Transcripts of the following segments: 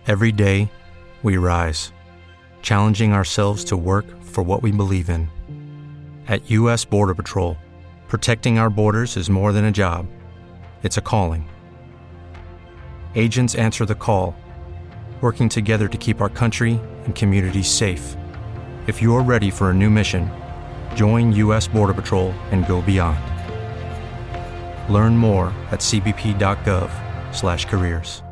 Every day, we rise, challenging ourselves to work for what we believe in. At U.S. Border Patrol, protecting our borders is more than a job. It's a calling. Agents answer the call, working together to keep our country and communities safe. If you're ready for a new mission, join U.S. Border Patrol and go beyond. Learn more at cbp.gov/careers.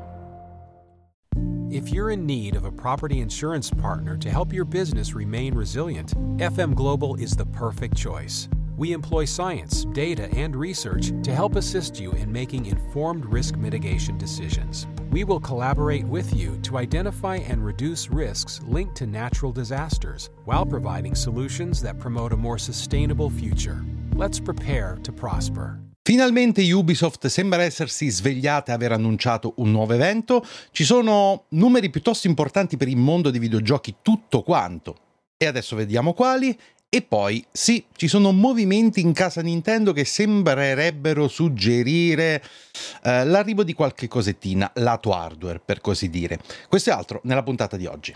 If you're in need of a property insurance partner to help your business remain resilient, FM Global is the perfect choice. We employ science, data, and research to help assist you in making informed risk mitigation decisions. We will collaborate with you to identify and reduce risks linked to natural disasters while providing solutions that promote a more sustainable future. Let's prepare to prosper. Finalmente Ubisoft sembra essersi svegliata e aver annunciato un nuovo evento. Ci sono numeri piuttosto importanti per il mondo dei videogiochi tutto quanto. E adesso vediamo quali. E poi, sì, ci sono movimenti in casa Nintendo che sembrerebbero suggerire l'arrivo di qualche cosettina, lato hardware per così dire. Questo e altro nella puntata di oggi.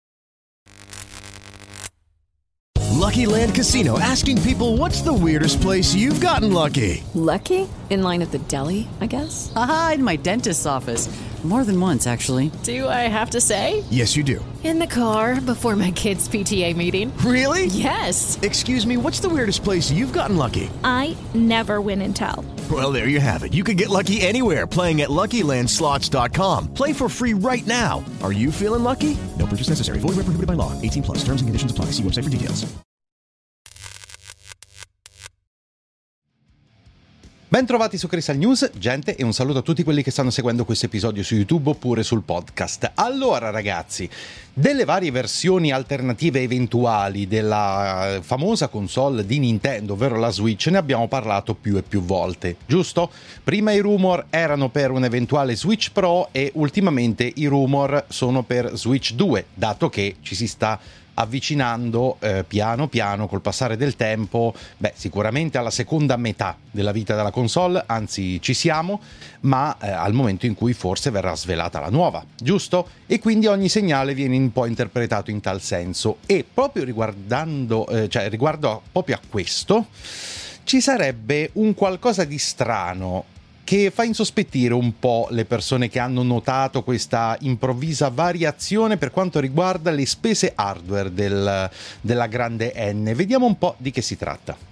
Lucky Land Casino, asking people, what's the weirdest place you've gotten lucky? Lucky? In line at the deli, I guess? Aha, in my dentist's office. More than once, actually. Do I have to say? Yes, you do. In the car before my kids' PTA meeting. Really? Yes. Excuse me, what's the weirdest place you've gotten lucky? I never win and tell. Well, there you have it. You can get lucky anywhere, playing at LuckyLandSlots.com. Play for free right now. Are you feeling lucky? No purchase necessary. Void where prohibited by law. 18+. Terms and conditions apply. See website for details. Ben trovati su Crystal News, gente, e un saluto a tutti quelli che stanno seguendo questo episodio su YouTube oppure sul podcast. Allora ragazzi, delle varie versioni alternative eventuali della famosa console di Nintendo, ovvero la Switch, ne abbiamo parlato più e più volte, giusto? Prima i rumor erano per un eventuale Switch Pro e ultimamente i rumor sono per Switch 2, dato che ci si sta avvicinando piano piano col passare del tempo, sicuramente alla seconda metà della vita della console, anzi ci siamo, ma al momento in cui forse verrà svelata la nuova, giusto? E quindi ogni segnale viene un po' interpretato in tal senso, e proprio riguardo proprio a questo ci sarebbe un qualcosa di strano che fa insospettire un po' le persone che hanno notato questa improvvisa variazione per quanto riguarda le spese hardware della grande N. Vediamo un po' di che si tratta.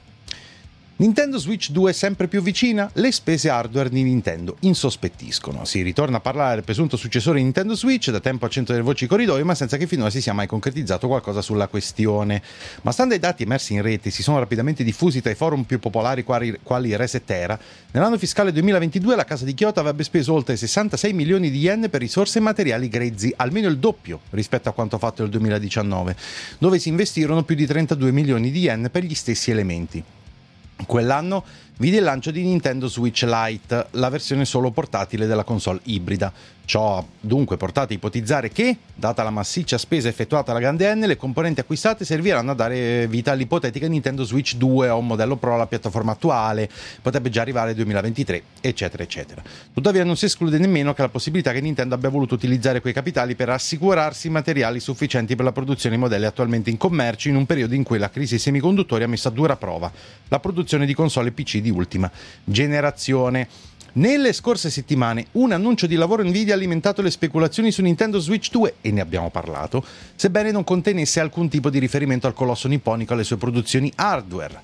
Nintendo Switch 2 sempre più vicina? Le spese hardware di Nintendo insospettiscono. Si ritorna a parlare del presunto successore di Nintendo Switch, da tempo al centro delle voci corridoi, ma senza che finora si sia mai concretizzato qualcosa sulla questione. Ma stando ai dati emersi in rete, si sono rapidamente diffusi tra i forum più popolari quali Resetera, nell'anno fiscale 2022 la casa di Kyoto avrebbe speso oltre 66 milioni di yen per risorse e materiali grezzi, almeno il doppio rispetto a quanto fatto nel 2019, dove si investirono più di 32 milioni di yen per gli stessi elementi. Quell'anno vide il lancio di Nintendo Switch Lite, la versione solo portatile della console ibrida. Ciò ha dunque portato a ipotizzare che, data la massiccia spesa effettuata alla grande N, le componenti acquistate serviranno a dare vita all'ipotetica Nintendo Switch 2 o un modello Pro alla piattaforma attuale, potrebbe già arrivare nel 2023, eccetera eccetera. Tuttavia non si esclude nemmeno che la possibilità che Nintendo abbia voluto utilizzare quei capitali per assicurarsi materiali sufficienti per la produzione di modelli attualmente in commercio in un periodo in cui la crisi semiconduttori ha messo a dura prova la produzione di console PC di ultima generazione. Nelle scorse settimane un annuncio di lavoro Nvidia ha alimentato le speculazioni su Nintendo Switch 2 e ne abbiamo parlato, sebbene non contenesse alcun tipo di riferimento al colosso nipponico e alle sue produzioni hardware.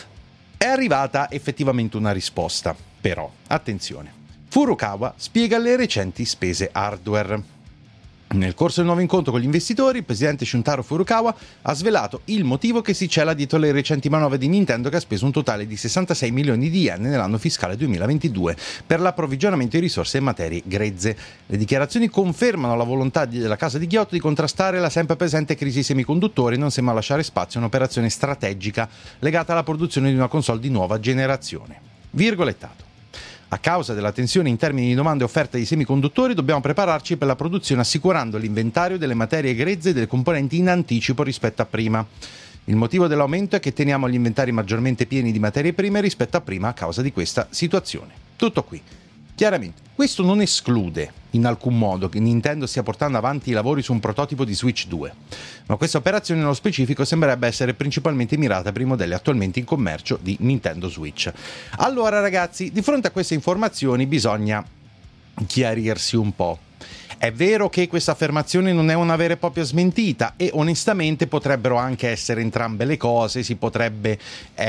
È arrivata effettivamente una risposta, però attenzione. Furukawa spiega le recenti spese hardware. Nel corso del nuovo incontro con gli investitori, il presidente Shuntaro Furukawa ha svelato il motivo che si cela dietro le recenti manovre di Nintendo, che ha speso un totale di 66 milioni di yen nell'anno fiscale 2022 per l'approvvigionamento di risorse e materie grezze. Le dichiarazioni confermano la volontà della casa di Kyoto di contrastare la sempre presente crisi semiconduttori e non sembra lasciare spazio a un'operazione strategica legata alla produzione di una console di nuova generazione. Virgolettato. A causa della tensione in termini di domanda e offerta di semiconduttori, dobbiamo prepararci per la produzione assicurando l'inventario delle materie grezze e delle componenti in anticipo rispetto a prima. Il motivo dell'aumento è che teniamo gli inventari maggiormente pieni di materie prime rispetto a prima a causa di questa situazione. Tutto qui. Chiaramente, questo non esclude in alcun modo che Nintendo stia portando avanti i lavori su un prototipo di Switch 2, ma questa operazione nello specifico sembrerebbe essere principalmente mirata per i modelli attualmente in commercio di Nintendo Switch. Allora ragazzi, di fronte a queste informazioni bisogna chiarirsi un po'. È vero che questa affermazione non è una vera e propria smentita e onestamente potrebbero anche essere entrambe le cose, si potrebbe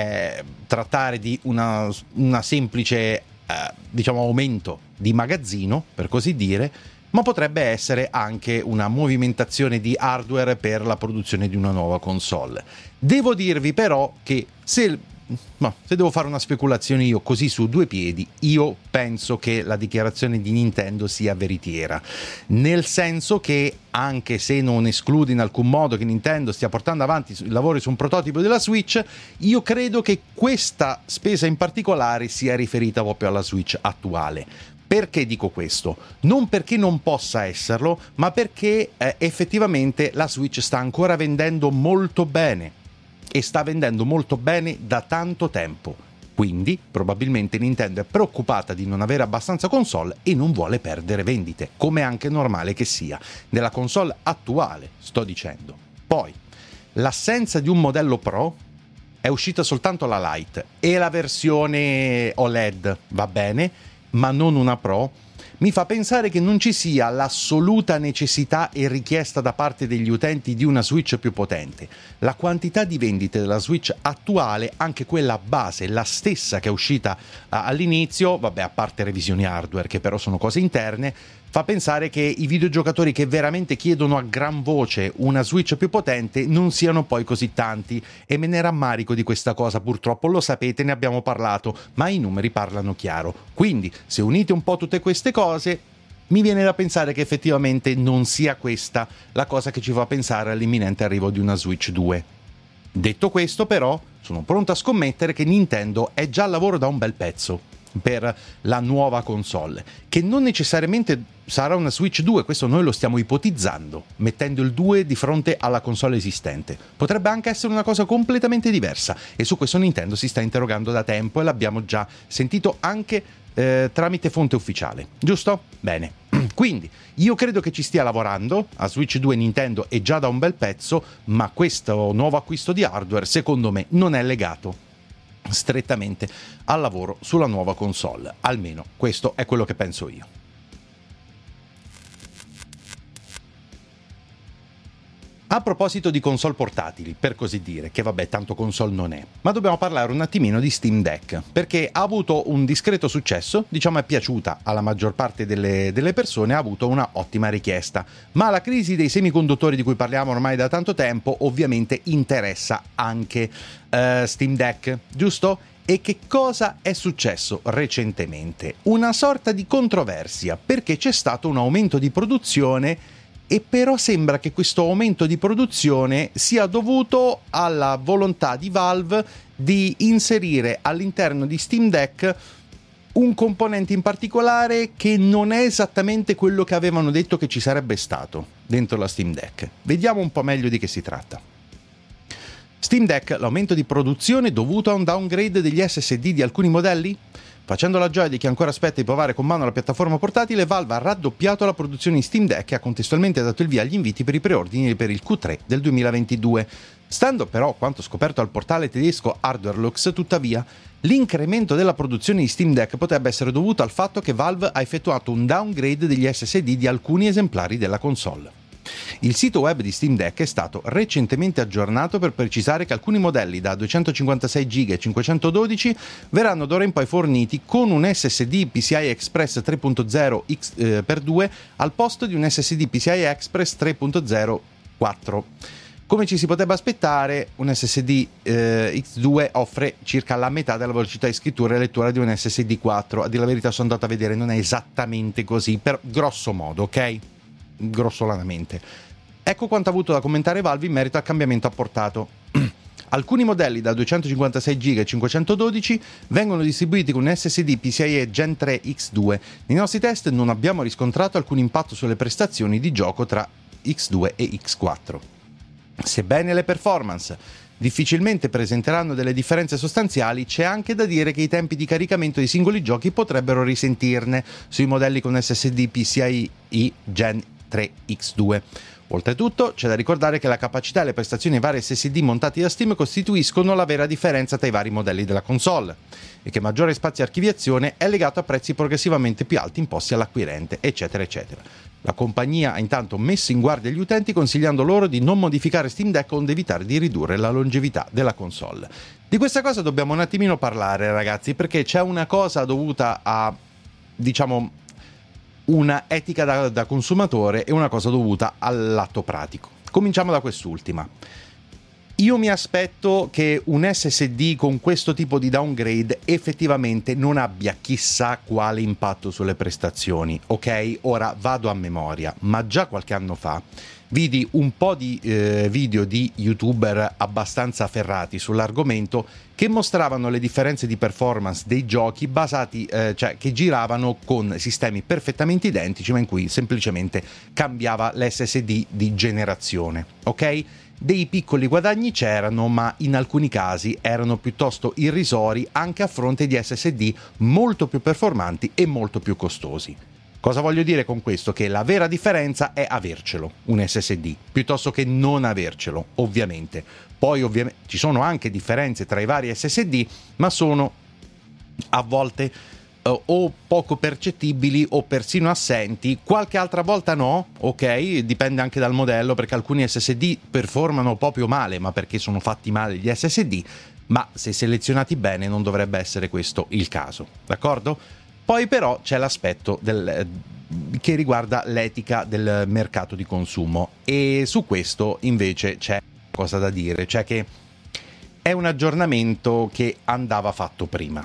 trattare di una semplice aumento di magazzino, per così dire, ma potrebbe essere anche una movimentazione di hardware per la produzione di una nuova console. Devo dirvi però che se devo fare una speculazione io così su due piedi, io penso che la dichiarazione di Nintendo sia veritiera, nel senso che anche se non esclude in alcun modo che Nintendo stia portando avanti i lavori su un prototipo della Switch, io credo che questa spesa in particolare sia riferita proprio alla Switch attuale. Perché dico questo? Non perché non possa esserlo, ma perché effettivamente la Switch sta ancora vendendo molto bene e sta vendendo molto bene da tanto tempo. Quindi probabilmente Nintendo è preoccupata di non avere abbastanza console e non vuole perdere vendite, come è anche normale che sia nella console attuale, sto dicendo. Poi, l'assenza di un modello Pro, è uscita soltanto la Lite e la versione OLED, va bene, ma non una Pro, mi fa pensare che non ci sia l'assoluta necessità e richiesta da parte degli utenti di una Switch più potente. La quantità di vendite della Switch attuale, anche quella base, la stessa che è uscita all'inizio, vabbè, a parte revisioni hardware che però sono cose interne, fa pensare che i videogiocatori che veramente chiedono a gran voce una Switch più potente non siano poi così tanti, e me ne rammarico di questa cosa, purtroppo lo sapete, ne abbiamo parlato, ma i numeri parlano chiaro. Quindi, se unite un po' tutte queste cose, mi viene da pensare che effettivamente non sia questa la cosa che ci fa pensare all'imminente arrivo di una Switch 2. Detto questo, però, sono pronto a scommettere che Nintendo è già al lavoro da un bel pezzo per la nuova console, che non necessariamente sarà una Switch 2, questo noi lo stiamo ipotizzando, mettendo il 2 di fronte alla console esistente. Potrebbe anche essere una cosa completamente diversa e su questo Nintendo si sta interrogando da tempo e l'abbiamo già sentito anche tramite fonte ufficiale, giusto? Bene. Quindi io credo che ci stia lavorando a Switch 2 Nintendo è già da un bel pezzo, ma questo nuovo acquisto di hardware secondo me non è legato strettamente al lavoro sulla nuova console, almeno questo è quello che penso io. A proposito di console portatili, per così dire, che vabbè tanto console non è, ma dobbiamo parlare un attimino di Steam Deck, perché ha avuto un discreto successo, diciamo è piaciuta alla maggior parte delle persone, ha avuto una ottima richiesta, ma la crisi dei semiconduttori di cui parliamo ormai da tanto tempo ovviamente interessa anche Steam Deck, giusto? E che cosa è successo recentemente? Una sorta di controversia, perché c'è stato un aumento di produzione e però sembra che questo aumento di produzione sia dovuto alla volontà di Valve di inserire all'interno di Steam Deck un componente in particolare che non è esattamente quello che avevano detto che ci sarebbe stato dentro la Steam Deck. Vediamo un po' meglio di che si tratta. Steam Deck, l'aumento di produzione dovuto a un downgrade degli SSD di alcuni modelli? Facendo la gioia di chi ancora aspetta di provare con mano la piattaforma portatile, Valve ha raddoppiato la produzione in Steam Deck e ha contestualmente dato il via agli inviti per i preordini per il Q3 del 2022. Stando però a quanto scoperto al portale tedesco Hardwarelux, tuttavia, l'incremento della produzione di Steam Deck potrebbe essere dovuto al fatto che Valve ha effettuato un downgrade degli SSD di alcuni esemplari della console. Il sito web di Steam Deck è stato recentemente aggiornato per precisare che alcuni modelli da 256 GB e 512 verranno d'ora in poi forniti con un SSD PCI Express 3.0 x2 al posto di un SSD PCI Express 3.0 4. Come ci si potrebbe aspettare, un SSD X2 offre circa la metà della velocità di scrittura e lettura di un SSD 4. A dire la verità sono andato a vedere, non è esattamente così, per grosso modo, ok? Grossolanamente. Ecco quanto ha avuto da commentare Valve in merito al cambiamento apportato. Alcuni modelli da 256 GB e 512 vengono distribuiti con un SSD PCIe Gen 3 X2. Nei nostri test non abbiamo riscontrato alcun impatto sulle prestazioni di gioco tra X2 e X4. Sebbene le performance difficilmente presenteranno delle differenze sostanziali, c'è anche da dire che i tempi di caricamento dei singoli giochi potrebbero risentirne sui modelli con SSD PCIe Gen 3X2. Oltretutto c'è da ricordare che la capacità e le prestazioni dei vari SSD montati da Steam costituiscono la vera differenza tra i vari modelli della console e che maggiore spazio di archiviazione è legato a prezzi progressivamente più alti imposti all'acquirente, eccetera eccetera. La compagnia ha intanto messo in guardia gli utenti consigliando loro di non modificare Steam Deck onde evitare di ridurre la longevità della console. Di questa cosa dobbiamo un attimino parlare, ragazzi, perché c'è una cosa dovuta a, diciamo, una etica da consumatore e una cosa dovuta all'atto pratico. Cominciamo da quest'ultima. Io mi aspetto che un SSD con questo tipo di downgrade effettivamente non abbia chissà quale impatto sulle prestazioni, ok? Ora vado a memoria, ma già qualche anno fa vidi un po' di video di youtuber abbastanza ferrati sull'argomento che mostravano le differenze di performance dei giochi basati, cioè che giravano con sistemi perfettamente identici ma in cui semplicemente cambiava l'SSD di generazione, ok? Dei piccoli guadagni c'erano, ma in alcuni casi erano piuttosto irrisori anche a fronte di SSD molto più performanti e molto più costosi. Cosa voglio dire con questo? Che la vera differenza è avercelo, un SSD, piuttosto che non avercelo, ovviamente. Poi ovviamente ci sono anche differenze tra i vari SSD, ma sono a volte o poco percettibili o persino assenti, qualche altra volta no, ok? Dipende anche dal modello, perché alcuni SSD performano proprio male, ma perché sono fatti male gli SSD, ma se selezionati bene non dovrebbe essere questo il caso, d'accordo? Poi però c'è l'aspetto che riguarda l'etica del mercato di consumo e su questo invece c'è cosa da dire, cioè che è un aggiornamento che andava fatto prima,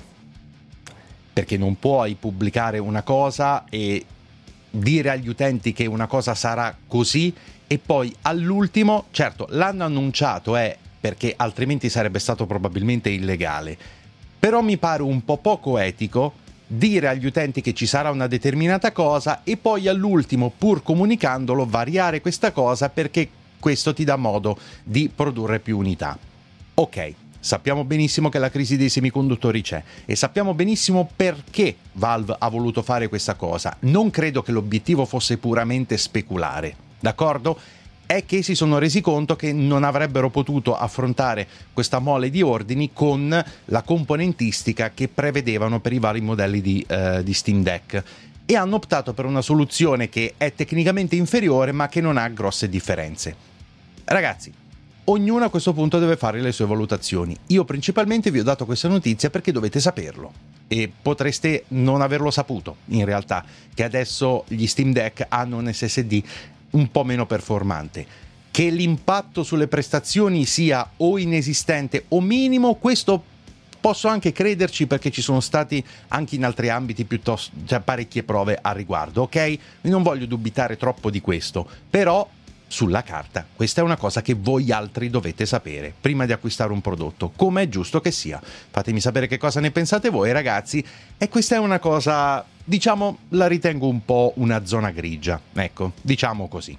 perché non puoi pubblicare una cosa e dire agli utenti che una cosa sarà così e poi all'ultimo, certo l'hanno annunciato perché altrimenti sarebbe stato probabilmente illegale, però mi pare un po' poco etico dire agli utenti che ci sarà una determinata cosa e poi all'ultimo, pur comunicandolo, variare questa cosa perché questo ti dà modo di produrre più unità. Ok, sappiamo benissimo che la crisi dei semiconduttori c'è e sappiamo benissimo perché Valve ha voluto fare questa cosa. Non credo che l'obiettivo fosse puramente speculare, d'accordo? È che si sono resi conto che non avrebbero potuto affrontare questa mole di ordini con la componentistica che prevedevano per i vari modelli di Steam Deck e hanno optato per una soluzione che è tecnicamente inferiore ma che non ha grosse differenze. Ragazzi, ognuno a questo punto deve fare le sue valutazioni. Io principalmente vi ho dato questa notizia perché dovete saperlo e potreste non averlo saputo in realtà, che adesso gli Steam Deck hanno un SSD un po' meno performante. Che l'impatto sulle prestazioni sia o inesistente o minimo, questo posso anche crederci perché ci sono stati anche in altri ambiti piuttosto, cioè parecchie prove al riguardo, ok? Non voglio dubitare troppo di questo, però sulla carta questa è una cosa che voi altri dovete sapere prima di acquistare un prodotto, come è giusto che sia. Fatemi sapere che cosa ne pensate voi, ragazzi, e questa è una cosa, diciamo, la ritengo un po' una zona grigia, ecco, diciamo così.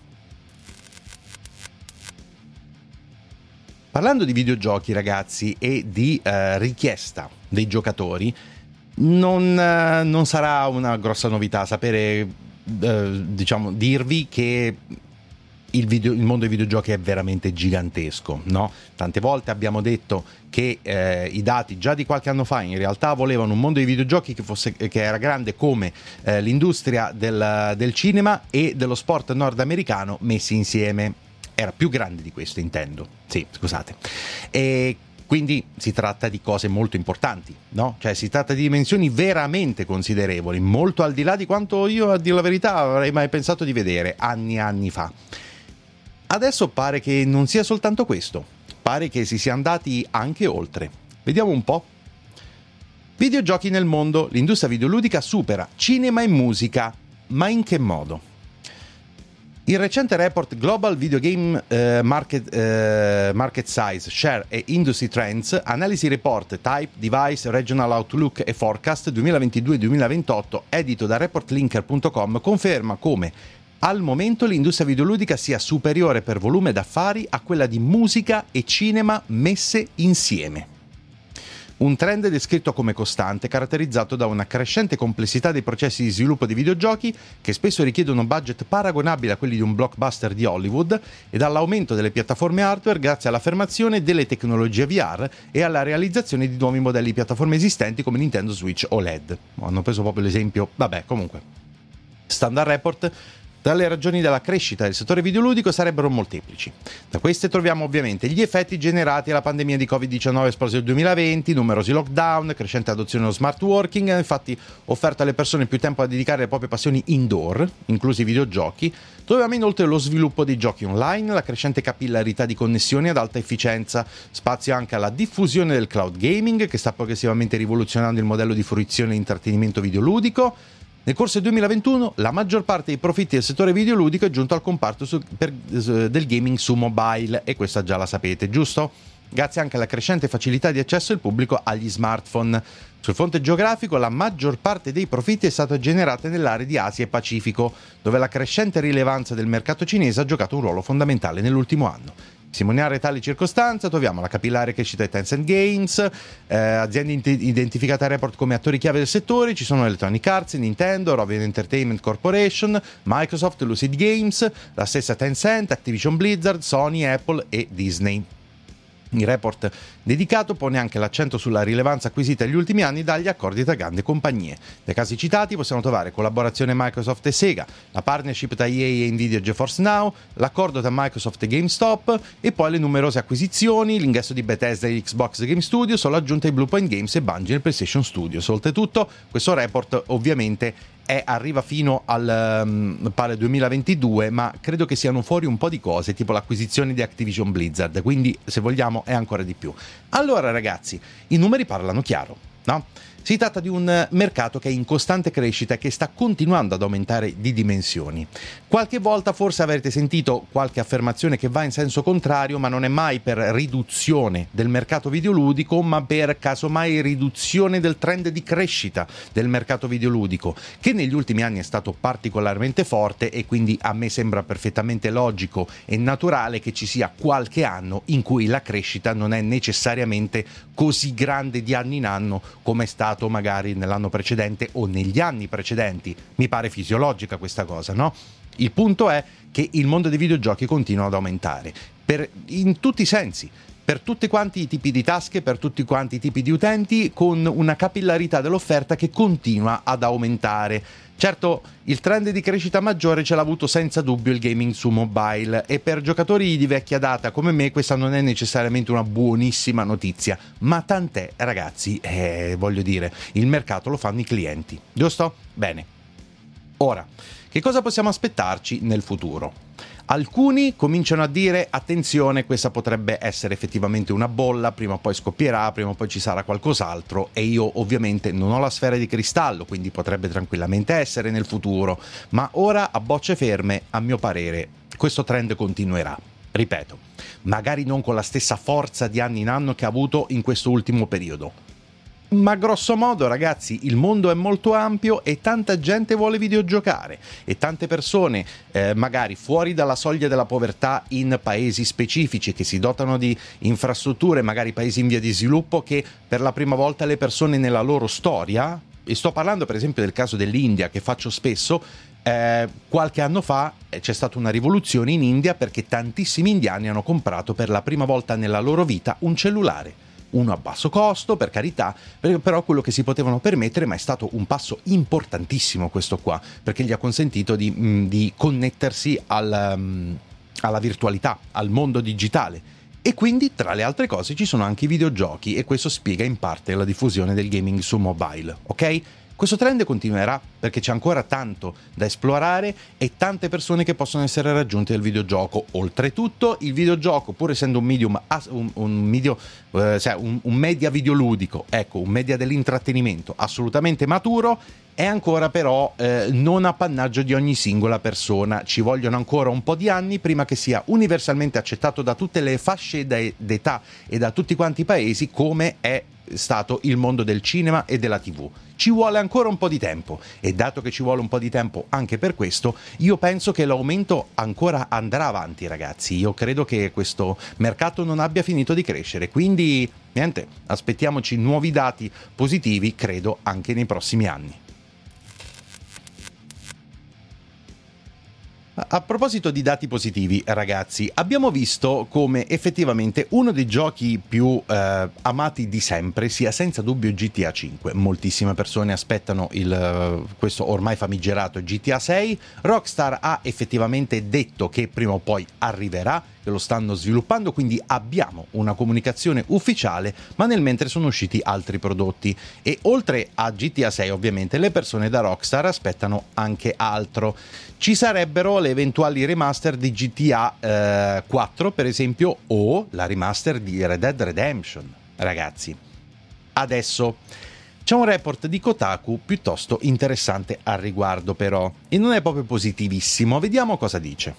Parlando di videogiochi, ragazzi, e di richiesta dei giocatori, non sarà una grossa novità sapere, diciamo, dirvi che il mondo dei videogiochi è veramente gigantesco, no? Tante volte abbiamo detto che i dati già di qualche anno fa in realtà volevano un mondo dei videogiochi che era grande come l'industria del cinema e dello sport nordamericano messi insieme. Era più grande di questo, intendo. Sì, scusate. E quindi si tratta di cose molto importanti, no? Cioè si tratta di dimensioni veramente considerevoli, molto al di là di quanto io, a dire la verità, avrei mai pensato di vedere anni e anni fa. Adesso pare che non sia soltanto questo, pare che si sia andati anche oltre. Vediamo un po'. Videogiochi nel mondo, l'industria videoludica supera cinema e musica, ma in che modo? Il recente report Global Video Game Market Size, Share e Industry Trends, Analisi Report Type, Device, Regional Outlook e Forecast 2022-2028, edito da reportlinker.com, conferma come al momento l'industria videoludica sia superiore per volume d'affari a quella di musica e cinema messe insieme. Un trend descritto come costante, caratterizzato da una crescente complessità dei processi di sviluppo di videogiochi che spesso richiedono budget paragonabili a quelli di un blockbuster di Hollywood e dall'aumento delle piattaforme hardware grazie all'affermazione delle tecnologie VR e alla realizzazione di nuovi modelli di piattaforme esistenti come Nintendo Switch OLED. Hanno preso proprio l'esempio, comunque. Standard Report. Tra le ragioni della crescita del settore videoludico sarebbero molteplici. Da queste troviamo ovviamente gli effetti generati dalla pandemia di Covid-19 esplosa nel 2020, numerosi lockdown, crescente adozione dello smart working, infatti offerto alle persone più tempo da dedicare alle proprie passioni indoor, inclusi i videogiochi. Troviamo inoltre lo sviluppo dei giochi online, la crescente capillarità di connessioni ad alta efficienza, spazio anche alla diffusione del cloud gaming che sta progressivamente rivoluzionando il modello di fruizione e intrattenimento videoludico. Nel corso del 2021 la maggior parte dei profitti del settore videoludico è giunto al comparto del gaming su mobile, e questa già la sapete, giusto? Grazie anche alla crescente facilità di accesso del pubblico agli smartphone. Sul fronte geografico la maggior parte dei profitti è stata generata nell'area di Asia e Pacifico, dove la crescente rilevanza del mercato cinese ha giocato un ruolo fondamentale nell'ultimo anno. Testimoniare tali circostanze troviamo la capillare crescita di Tencent Games, aziende identificate a report come attori chiave del settore. Ci sono Electronic Arts, Nintendo, Rovio Entertainment Corporation, Microsoft, Lucid Games, la stessa Tencent, Activision Blizzard, Sony, Apple e Disney. Il report dedicato pone anche l'accento sulla rilevanza acquisita negli ultimi anni dagli accordi tra grandi compagnie. Nei casi citati possiamo trovare collaborazione Microsoft e Sega, la partnership tra EA e Nvidia GeForce Now, l'accordo tra Microsoft e GameStop e poi le numerose acquisizioni, l'ingresso di Bethesda e Xbox Game Studios o l'aggiunta di Bluepoint Games e Bungie nel PlayStation Studios. Oltretutto questo report ovviamente arriva fino al pare 2022, ma credo che siano fuori un po' di cose, tipo l'acquisizione di Activision Blizzard, quindi se vogliamo è ancora di più. Allora ragazzi, i numeri parlano chiaro, no? Si tratta di un mercato che è in costante crescita e che sta continuando ad aumentare di dimensioni. Qualche volta forse avrete sentito qualche affermazione che va in senso contrario, ma non è mai per riduzione del mercato videoludico, ma per casomai riduzione del trend di crescita del mercato videoludico, che negli ultimi anni è stato particolarmente forte, e quindi a me sembra perfettamente logico e naturale che ci sia qualche anno in cui la crescita non è necessariamente così grande di anno in anno come è stato magari nell'anno precedente o negli anni precedenti. Mi pare fisiologica questa cosa, no? Il punto è che il mondo dei videogiochi continua ad aumentare in tutti i sensi, per tutti quanti i tipi di tasche, per tutti quanti i tipi di utenti, con una capillarità dell'offerta che continua ad aumentare. Certo, il trend di crescita maggiore ce l'ha avuto senza dubbio il gaming su mobile, e per giocatori di vecchia data come me questa non è necessariamente una buonissima notizia, ma tant'è ragazzi, voglio dire, il mercato lo fanno i clienti, giusto? Bene. Ora, che cosa possiamo aspettarci nel futuro? Alcuni cominciano a dire attenzione, questa potrebbe essere effettivamente una bolla, prima o poi scoppierà, prima o poi ci sarà qualcos'altro, e io ovviamente non ho la sfera di cristallo, quindi potrebbe tranquillamente essere nel futuro, ma ora a bocce ferme, a mio parere, questo trend continuerà. Ripeto, magari non con la stessa forza di anno in anno che ha avuto in questo ultimo periodo, ma grosso modo ragazzi il mondo è molto ampio e tanta gente vuole videogiocare, e tante persone magari fuori dalla soglia della povertà in paesi specifici che si dotano di infrastrutture, magari paesi in via di sviluppo, che per la prima volta le persone nella loro storia, e sto parlando per esempio del caso dell'India che faccio spesso, qualche anno fa c'è stata una rivoluzione in India perché tantissimi indiani hanno comprato per la prima volta nella loro vita un cellulare. Uno a basso costo, per carità, però quello che si potevano permettere, ma è stato un passo importantissimo questo qua, perché gli ha consentito di connettersi alla virtualità, al mondo digitale. E quindi, tra le altre cose, ci sono anche i videogiochi, e questo spiega in parte la diffusione del gaming su mobile, ok? Questo trend continuerà perché c'è ancora tanto da esplorare e tante persone che possono essere raggiunte dal videogioco. Oltretutto, il videogioco, pur essendo un media videoludico, ecco, un media dell'intrattenimento assolutamente maturo, è ancora però non appannaggio di ogni singola persona. Ci vogliono ancora un po' di anni prima che sia universalmente accettato da tutte le fasce d'età e da tutti quanti i paesi come è stato il mondo del cinema e della TV. Ci vuole ancora un po' di tempo, e dato che ci vuole un po' di tempo anche per questo, io penso che l'aumento ancora andrà avanti, ragazzi. Io credo che questo mercato non abbia finito di crescere, quindi niente, aspettiamoci nuovi dati positivi, credo, anche nei prossimi anni. A proposito di dati positivi, ragazzi, abbiamo visto come effettivamente uno dei giochi più amati di sempre sia senza dubbio GTA 5. Moltissime persone aspettano questo ormai famigerato GTA 6. Rockstar ha effettivamente detto che prima o poi arriverà, che lo stanno sviluppando, quindi abbiamo una comunicazione ufficiale, ma nel mentre sono usciti altri prodotti. E oltre a GTA 6, ovviamente, le persone da Rockstar aspettano anche altro. Ci sarebbero le eventuali remaster di GTA 4, per esempio, o la remaster di Red Dead Redemption. Ragazzi, adesso c'è un report di Kotaku piuttosto interessante al riguardo, però, e non è proprio positivissimo. Vediamo cosa dice.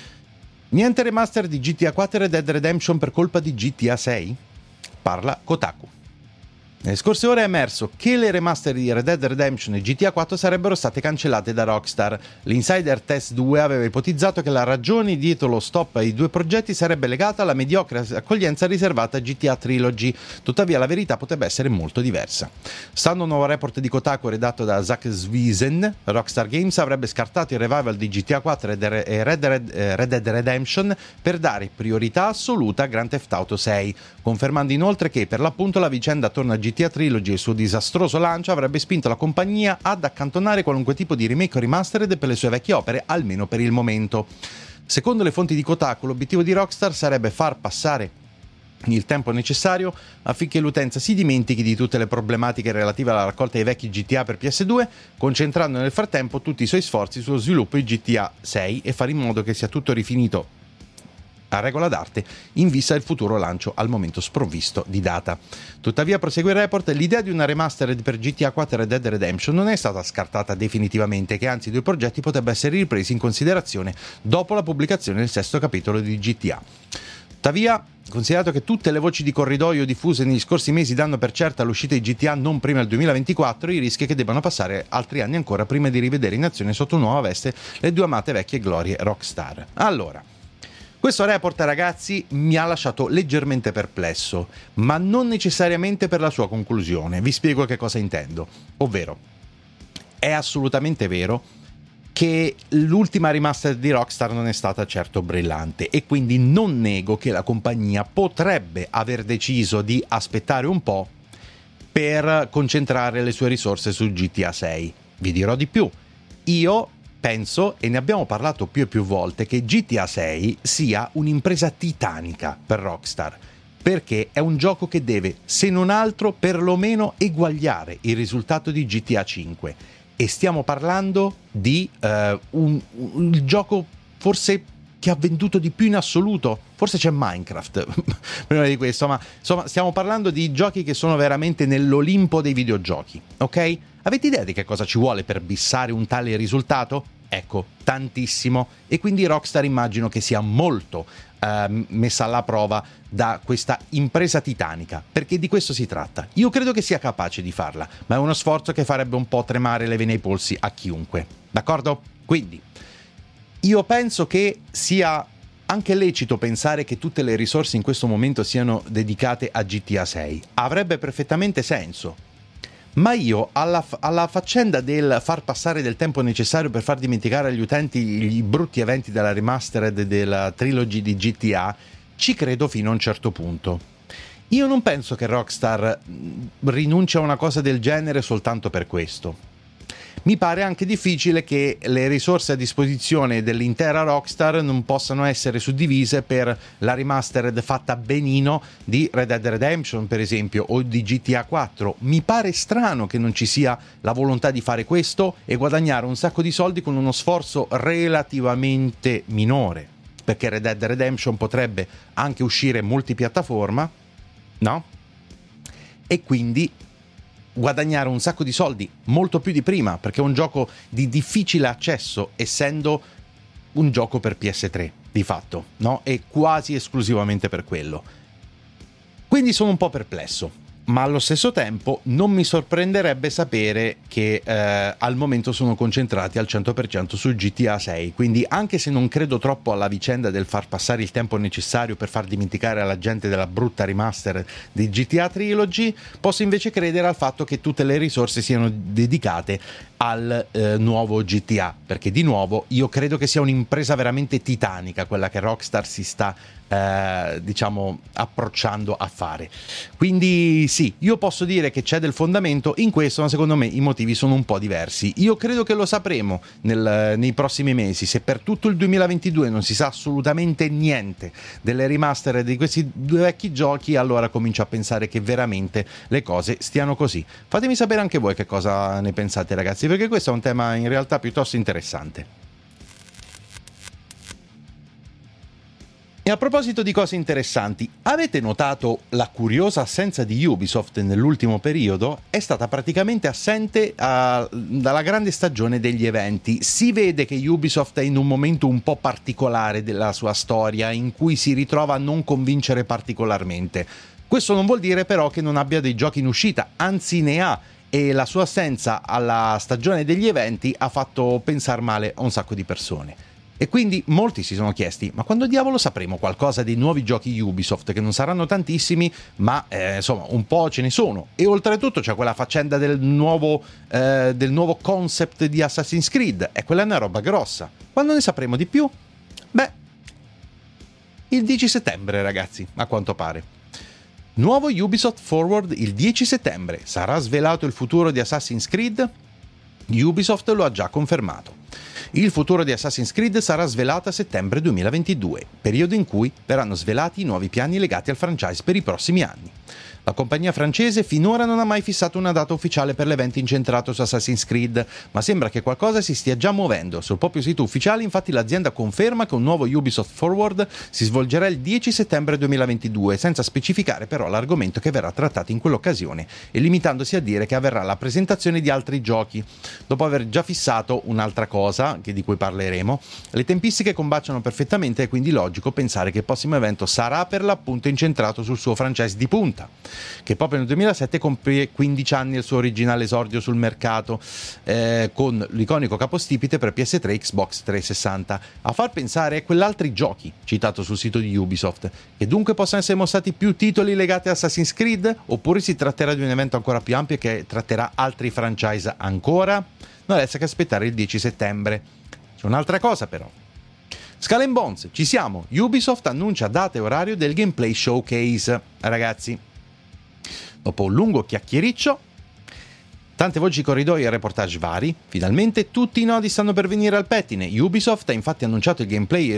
Niente remaster di GTA 4 e Red Dead Redemption per colpa di GTA 6? Parla Kotaku. Nelle scorse ore è emerso che le remaster di Red Dead Redemption e GTA 4 sarebbero state cancellate da Rockstar. L'Insider Test 2 aveva ipotizzato che la ragione dietro lo stop ai due progetti sarebbe legata alla mediocre accoglienza riservata a GTA Trilogy, tuttavia la verità potrebbe essere molto diversa. Stando a un nuovo report di Kotaku redatto da Zach Svisen, Rockstar Games avrebbe scartato il revival di GTA 4 e Red Dead Redemption per dare priorità assoluta a Grand Theft Auto 6, confermando inoltre che per l'appunto la vicenda attorno a GTA Trilogy e il suo disastroso lancio avrebbe spinto la compagnia ad accantonare qualunque tipo di remake o remastered per le sue vecchie opere, almeno per il momento. Secondo le fonti di Kotaku, l'obiettivo di Rockstar sarebbe far passare il tempo necessario affinché l'utenza si dimentichi di tutte le problematiche relative alla raccolta dei vecchi GTA per PS2, concentrando nel frattempo tutti i suoi sforzi sullo sviluppo di GTA 6 e fare in modo che sia tutto rifinito a regola d'arte in vista del futuro lancio al momento sprovvisto di data. Tuttavia, prosegue il report, l'idea di una remastered per GTA 4 e Red Dead Redemption non è stata scartata definitivamente, che anzi i due progetti potrebbero essere ripresi in considerazione dopo la pubblicazione del sesto capitolo di GTA. Tuttavia, considerato che tutte le voci di corridoio diffuse negli scorsi mesi danno per certa l'uscita di GTA non prima del 2024, i rischi è che debbano passare altri anni ancora prima di rivedere in azione sotto nuova veste le due amate vecchie glorie Rockstar. Allora, questo report, ragazzi, mi ha lasciato leggermente perplesso, ma non necessariamente per la sua conclusione. Vi spiego che cosa intendo. Ovvero, è assolutamente vero che l'ultima remaster di Rockstar non è stata certo brillante, e quindi non nego che la compagnia potrebbe aver deciso di aspettare un po' per concentrare le sue risorse su GTA 6. Vi dirò di più. Io penso, e ne abbiamo parlato più e più volte, che GTA 6 sia un'impresa titanica per Rockstar, perché è un gioco che deve, se non altro, perlomeno eguagliare il risultato di GTA 5. E stiamo parlando di un gioco forse che ha venduto di più in assoluto. Forse c'è Minecraft prima di questo, ma insomma stiamo parlando di giochi che sono veramente nell'Olimpo dei videogiochi, ok? Avete idea di che cosa ci vuole per bissare un tale risultato? Ecco, tantissimo. E quindi Rockstar immagino che sia molto messa alla prova da questa impresa titanica, perché di questo si tratta. Io credo che sia capace di farla, ma è uno sforzo che farebbe un po' tremare le vene ai polsi a chiunque, d'accordo? Quindi io penso che sia anche lecito pensare che tutte le risorse in questo momento siano dedicate a GTA 6. Avrebbe perfettamente senso. Ma io alla faccenda del far passare del tempo necessario per far dimenticare agli utenti i brutti eventi della remastered della trilogy di GTA ci credo fino a un certo punto. Io non penso che Rockstar rinunci a una cosa del genere soltanto per questo. Mi pare anche difficile che le risorse a disposizione dell'intera Rockstar non possano essere suddivise per la remastered fatta benino di Red Dead Redemption, per esempio, o di GTA 4. Mi pare strano che non ci sia la volontà di fare questo e guadagnare un sacco di soldi con uno sforzo relativamente minore, perché Red Dead Redemption potrebbe anche uscire multipiattaforma, no? E quindi guadagnare un sacco di soldi, molto più di prima, perché è un gioco di difficile accesso, essendo un gioco per PS3 di fatto, no? E quasi esclusivamente per quello. Quindi sono un po' perplesso. ma allo stesso tempo non mi sorprenderebbe sapere che al momento sono concentrati al 100% su GTA 6, quindi anche se non credo troppo alla vicenda del far passare il tempo necessario per far dimenticare alla gente della brutta remaster di GTA Trilogy, posso invece credere al fatto che tutte le risorse siano dedicate al nuovo GTA, perché di nuovo io credo che sia un'impresa veramente titanica quella che Rockstar si sta diciamo approcciando a fare. Quindi sì, io posso dire che c'è del fondamento in questo, ma secondo me i motivi sono un po' diversi. Io credo che lo sapremo nei prossimi mesi. Se per tutto il 2022 non si sa assolutamente niente delle remaster di questi due vecchi giochi, allora comincio a pensare che veramente le cose stiano così. Fatemi sapere anche voi che cosa ne pensate, ragazzi, perché questo è un tema in realtà piuttosto interessante. E a proposito di cose interessanti, avete notato la curiosa assenza di Ubisoft nell'ultimo periodo? È stata praticamente assente dalla grande stagione degli eventi. Si vede che Ubisoft è in un momento un po' particolare della sua storia, in cui si ritrova a non convincere particolarmente. Questo non vuol dire però che non abbia dei giochi in uscita, anzi ne ha, e la sua assenza alla stagione degli eventi ha fatto pensare male a un sacco di persone. E quindi molti si sono chiesti: ma quando diavolo sapremo qualcosa dei nuovi giochi Ubisoft, che non saranno tantissimi, ma insomma un po' ce ne sono. E oltretutto c'è quella faccenda del nuovo concept di Assassin's Creed, e quella è una roba grossa. Quando ne sapremo di più? Beh, il 10 settembre, ragazzi, a quanto pare. Nuovo Ubisoft Forward il 10 settembre. Sarà svelato il futuro di Assassin's Creed? Ubisoft lo ha già confermato. Il futuro di Assassin's Creed sarà svelato a settembre 2022, periodo in cui verranno svelati i nuovi piani legati al franchise per i prossimi anni. La compagnia francese finora non ha mai fissato una data ufficiale per l'evento incentrato su Assassin's Creed, ma sembra che qualcosa si stia già muovendo. Sul proprio sito ufficiale, infatti, l'azienda conferma che un nuovo Ubisoft Forward si svolgerà il 10 settembre 2022, senza specificare però l'argomento che verrà trattato in quell'occasione e limitandosi a dire che avverrà la presentazione di altri giochi. Dopo aver già fissato un'altra cosa, di cui parleremo, le tempistiche combaciano perfettamente, e quindi logico pensare che il prossimo evento sarà per l'appunto incentrato sul suo franchise di punta, che proprio nel 2007 compie 15 anni il suo originale esordio sul mercato, con l'iconico capostipite per PS3 Xbox 360. A far pensare a quell'altri giochi citato sul sito di Ubisoft, che dunque possano essere mostrati più titoli legati a Assassin's Creed, oppure si tratterà di un evento ancora più ampio che tratterà altri franchise ancora? Non resta che aspettare il 10 settembre. C'è un'altra cosa però. Skull and Bones, ci siamo. Ubisoft annuncia data e orario del gameplay showcase. Ragazzi, dopo un lungo chiacchiericcio, tante voci corridoi e reportage vari, finalmente tutti i nodi stanno per venire al pettine. Ubisoft ha infatti annunciato il gameplay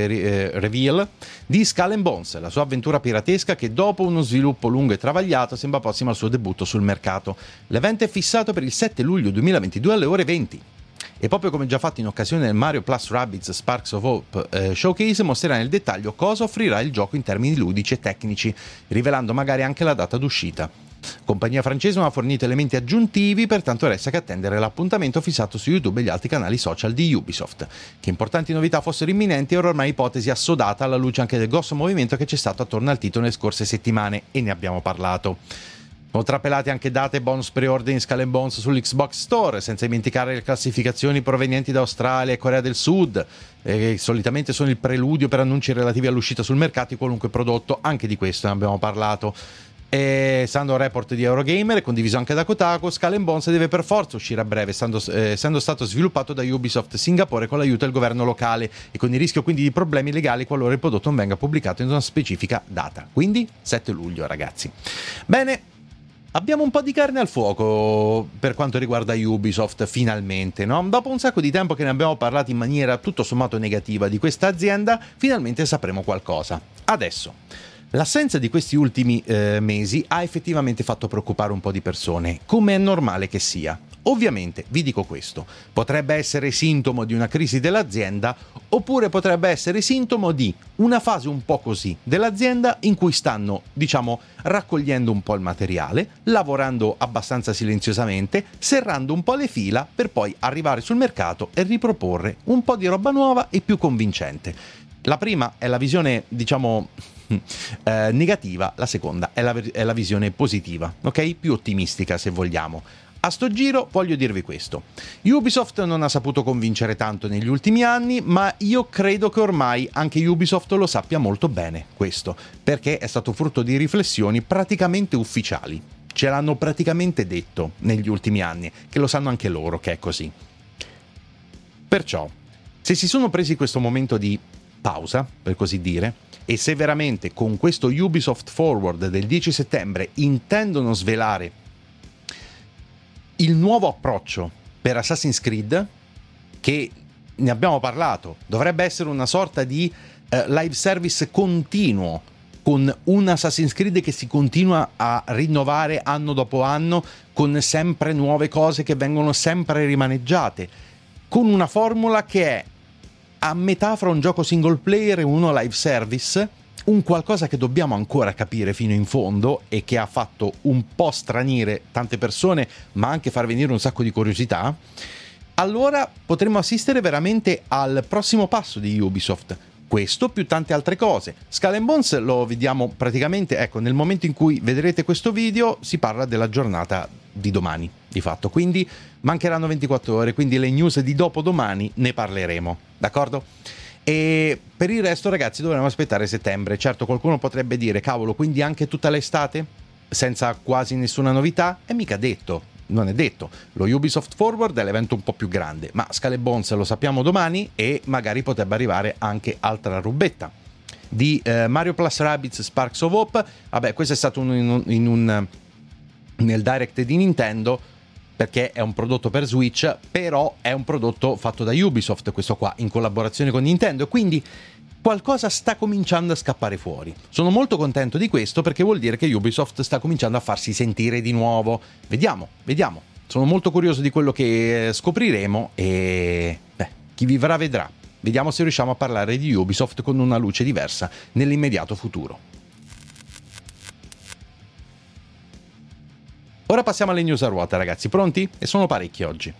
reveal di Skull and Bones, la sua avventura piratesca che dopo uno sviluppo lungo e travagliato sembra prossima al suo debutto sul mercato. L'evento è fissato per il 7 luglio 2022 alle ore 20. E proprio come già fatto in occasione del Mario Plus Rabbids Sparks of Hope Showcase, mostrerà nel dettaglio cosa offrirà il gioco in termini ludici e tecnici, rivelando magari anche la data d'uscita. Compagnia francese non ha fornito elementi aggiuntivi, pertanto resta che attendere l'appuntamento fissato su YouTube e gli altri canali social di Ubisoft. Che importanti novità fossero imminenti era ormai ipotesi assodata, alla luce anche del grosso movimento che c'è stato attorno al titolo nelle scorse settimane, e ne abbiamo parlato. Sono trapelati anche date e bonus pre-order in Skull and Bones sull'Xbox Store, senza dimenticare le classificazioni provenienti da Australia e Corea del Sud, che solitamente sono il preludio per annunci relativi all'uscita sul mercato di qualunque prodotto. Anche di questo ne abbiamo parlato. E stando al report di Eurogamer e condiviso anche da Kotaku, Skull and Bones deve per forza uscire a breve, essendo stato sviluppato da Ubisoft Singapore con l'aiuto del governo locale, e con il rischio quindi di problemi legali qualora il prodotto non venga pubblicato in una specifica data. Quindi 7 luglio, ragazzi. Bene, abbiamo un po' di carne al fuoco per quanto riguarda Ubisoft, finalmente, no? Dopo un sacco di tempo che ne abbiamo parlato in maniera tutto sommato negativa di questa azienda, finalmente sapremo qualcosa. Adesso, l'assenza di questi ultimi mesi ha effettivamente fatto preoccupare un po' di persone, come è normale che sia. Ovviamente, vi dico questo, potrebbe essere sintomo di una crisi dell'azienda, oppure potrebbe essere sintomo di una fase un po' così dell'azienda in cui stanno, diciamo, raccogliendo un po' il materiale, lavorando abbastanza silenziosamente, serrando un po' le fila per poi arrivare sul mercato e riproporre un po' di roba nuova e più convincente. La prima è la visione, diciamo, negativa, la seconda è la visione positiva, ok? Più ottimistica se vogliamo. A sto giro voglio dirvi questo: Ubisoft non ha saputo convincere tanto negli ultimi anni, ma io credo che ormai anche Ubisoft lo sappia molto bene questo, perché è stato frutto di riflessioni praticamente ufficiali. Ce l'hanno praticamente detto negli ultimi anni, che lo sanno anche loro che è così. Perciò, se si sono presi questo momento di pausa, per così dire, e se veramente con questo Ubisoft Forward del 10 settembre intendono svelare il nuovo approccio per Assassin's Creed, che ne abbiamo parlato, dovrebbe essere una sorta di live service continuo, con un Assassin's Creed che si continua a rinnovare anno dopo anno, con sempre nuove cose che vengono sempre rimaneggiate, con una formula che è a metà fra un gioco single player e uno live service, un qualcosa che dobbiamo ancora capire fino in fondo e che ha fatto un po' stranire tante persone, ma anche far venire un sacco di curiosità. Allora potremmo assistere veramente al prossimo passo di Ubisoft. Questo più tante altre cose. Skull and Bones lo vediamo praticamente, ecco, nel momento in cui vedrete questo video si parla della giornata di domani, di fatto. Quindi mancheranno 24 ore, quindi le news di dopodomani ne parleremo, d'accordo? E per il resto, ragazzi, dovremo aspettare settembre. Certo, qualcuno potrebbe dire: cavolo, quindi anche tutta l'estate senza quasi nessuna novità? È mica detto, non è detto. Lo Ubisoft Forward è l'evento un po' più grande, ma Skull and Bones lo sappiamo domani e magari potrebbe arrivare anche altra rubetta di Mario Plus Rabbids Sparks of Hope. Vabbè, questo è stato nel direct di Nintendo, perché è un prodotto per Switch, però è un prodotto fatto da Ubisoft, questo qua, in collaborazione con Nintendo, quindi qualcosa sta cominciando a scappare fuori. Sono molto contento di questo, perché vuol dire che Ubisoft sta cominciando a farsi sentire di nuovo. Vediamo. Sono molto curioso di quello che scopriremo e chi vivrà vedrà. Vediamo se riusciamo a parlare di Ubisoft con una luce diversa nell'immediato futuro. Ora passiamo alle news a ruota, ragazzi, pronti? E sono parecchi oggi.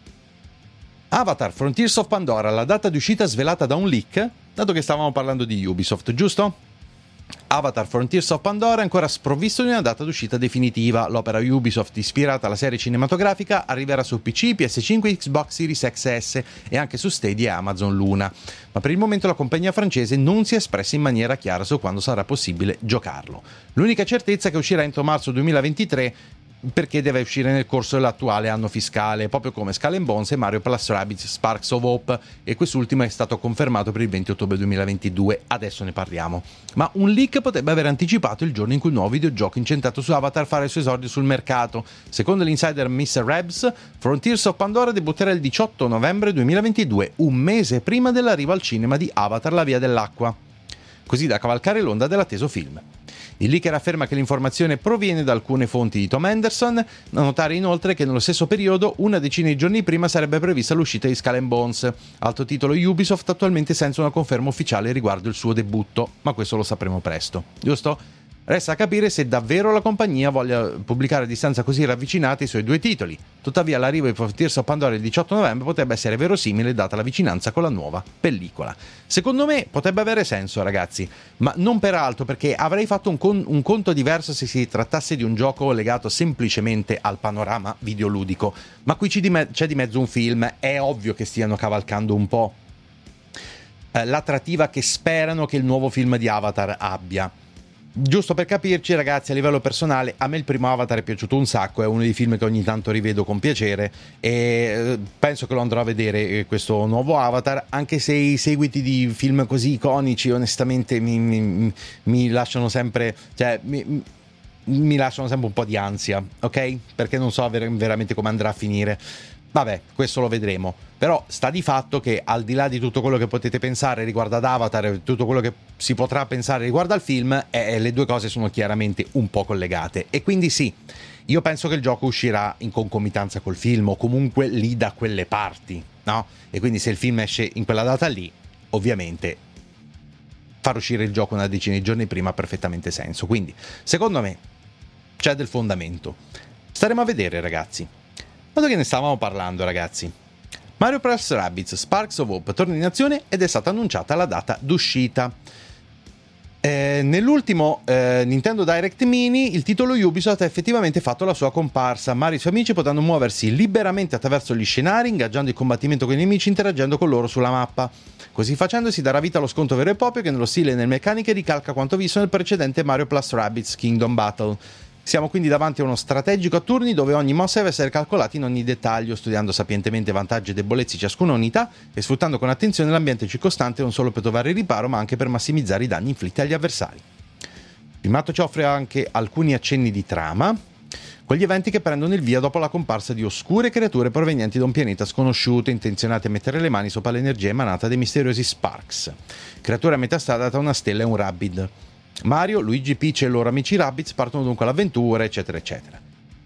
Avatar Frontiers of Pandora, la data di uscita svelata da un leak, dato che stavamo parlando di Ubisoft, giusto? Avatar Frontiers of Pandora è ancora sprovvisto di una data d'uscita definitiva. L'opera Ubisoft ispirata alla serie cinematografica arriverà su PC, PS5, Xbox Series XS e anche su Stadia e Amazon Luna. Ma per il momento la compagnia francese non si è espressa in maniera chiara su quando sarà possibile giocarlo. L'unica certezza è che uscirà entro marzo 2023, perché deve uscire nel corso dell'attuale anno fiscale, proprio come Skull and Bones e Mario Plus Rabbids Sparks of Hope, e quest'ultimo è stato confermato per il 20 ottobre 2022, adesso ne parliamo. Ma un leak potrebbe aver anticipato il giorno in cui il nuovo videogioco incentrato su Avatar farà il suo esordio sul mercato. Secondo l'insider Mr. Rebs, Frontiers of Pandora debutterà il 18 novembre 2022, un mese prima dell'arrivo al cinema di Avatar la via dell'acqua, così da cavalcare l'onda dell'atteso film. Il leaker afferma che l'informazione proviene da alcune fonti di Tom Henderson, da notare inoltre che nello stesso periodo, una decina di giorni prima, sarebbe prevista l'uscita di Skull and Bones, altro titolo Ubisoft attualmente senza una conferma ufficiale riguardo il suo debutto, ma questo lo sapremo presto, giusto? Resta a capire se davvero la compagnia voglia pubblicare a distanza così ravvicinata i suoi due titoli. Tuttavia l'arrivo di Frontiers of Pandora il 18 novembre potrebbe essere verosimile data la vicinanza con la nuova pellicola. Secondo me potrebbe avere senso, ragazzi, ma non per altro, perché avrei fatto un conto diverso se si trattasse di un gioco legato semplicemente al panorama videoludico. Ma qui c'è di mezzo un film, è ovvio che stiano cavalcando un po' l'attrattiva che sperano che il nuovo film di Avatar abbia. Giusto per capirci, ragazzi, a livello personale a me il primo Avatar è piaciuto un sacco, è uno dei film che ogni tanto rivedo con piacere e penso che lo andrò a vedere questo nuovo Avatar, anche se i seguiti di film così iconici onestamente mi lasciano sempre, cioè mi lasciano sempre un po' di ansia, ok? Perché non so veramente come andrà a finire. Vabbè, questo lo vedremo. Però sta di fatto che al di là di tutto quello che potete pensare riguardo ad Avatar e tutto quello che si potrà pensare riguardo al film, le due cose sono chiaramente un po' collegate. E quindi sì, io penso che il gioco uscirà in concomitanza col film o comunque lì da quelle parti, no? E quindi se il film esce in quella data lì, ovviamente far uscire il gioco una decina di giorni prima ha perfettamente senso. Quindi, secondo me, c'è del fondamento. Staremo a vedere, ragazzi. Dato che ne stavamo parlando, ragazzi, Mario Plus Rabbids Sparks of Hope torna in azione ed è stata annunciata la data d'uscita. Nell'ultimo Nintendo Direct Mini il titolo Ubisoft ha effettivamente fatto la sua comparsa. Mario e i suoi amici potranno muoversi liberamente attraverso gli scenari, ingaggiando il combattimento con i nemici, interagendo con loro sulla mappa. Così facendo si darà vita allo scontro vero e proprio che nello stile e nelle meccaniche ricalca quanto visto nel precedente Mario + Rabbids Kingdom Battle. Siamo quindi davanti a uno strategico a turni dove ogni mossa deve essere calcolata in ogni dettaglio, studiando sapientemente vantaggi e debolezze di ciascuna unità e sfruttando con attenzione l'ambiente circostante non solo per trovare riparo ma anche per massimizzare i danni inflitti agli avversari. Il filmato ci offre anche alcuni accenni di trama, con gli eventi che prendono il via dopo la comparsa di oscure creature provenienti da un pianeta sconosciuto, intenzionate a mettere le mani sopra l'energia emanata dai misteriosi Sparks, creature a metà strada tra una stella e un Rabbid. Mario, Luigi, Peach e i loro amici Rabbids partono dunque all'avventura, eccetera eccetera.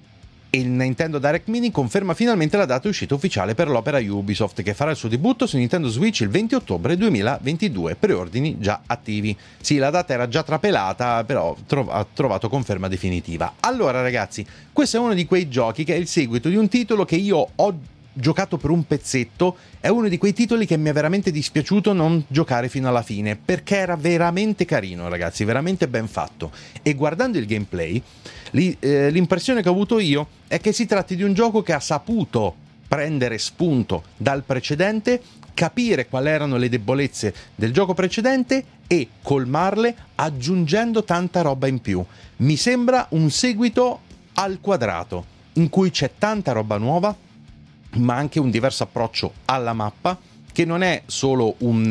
E il Nintendo Direct Mini conferma finalmente la data di uscita ufficiale per l'opera Ubisoft, che farà il suo debutto su Nintendo Switch il 20 ottobre 2022, preordini già attivi. Sì, la data era già trapelata, però ha trovato conferma definitiva. Allora ragazzi, questo è uno di quei giochi che è il seguito di un titolo che io ho giocato per un pezzetto, è uno di quei titoli che mi è veramente dispiaciuto non giocare fino alla fine, perché era veramente carino ragazzi, veramente ben fatto, e guardando il gameplay l'impressione che ho avuto io è che si tratti di un gioco che ha saputo prendere spunto dal precedente, capire quali erano le debolezze del gioco precedente e colmarle aggiungendo tanta roba in più. Mi sembra un seguito al quadrato in cui c'è tanta roba nuova ma anche un diverso approccio alla mappa, che non è solo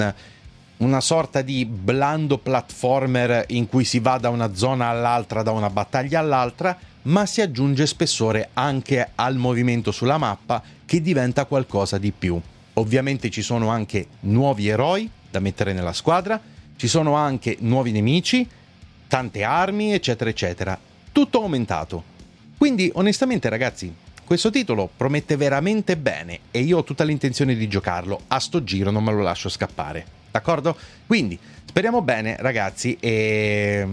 una sorta di blando platformer in cui si va da una zona all'altra, da una battaglia all'altra, ma si aggiunge spessore anche al movimento sulla mappa, che diventa qualcosa di più. Ovviamente ci sono anche nuovi eroi da mettere nella squadra, ci sono anche nuovi nemici, tante armi, eccetera eccetera, tutto aumentato. Quindi onestamente ragazzi, questo titolo promette veramente bene e io ho tutta l'intenzione di giocarlo. A sto giro non me lo lascio scappare, d'accordo? Quindi speriamo bene ragazzi e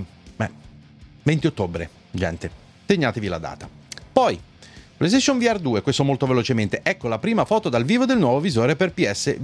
20 ottobre, gente, segnatevi la data. Poi PlayStation VR 2, questo molto velocemente, ecco la prima foto dal vivo del nuovo visore per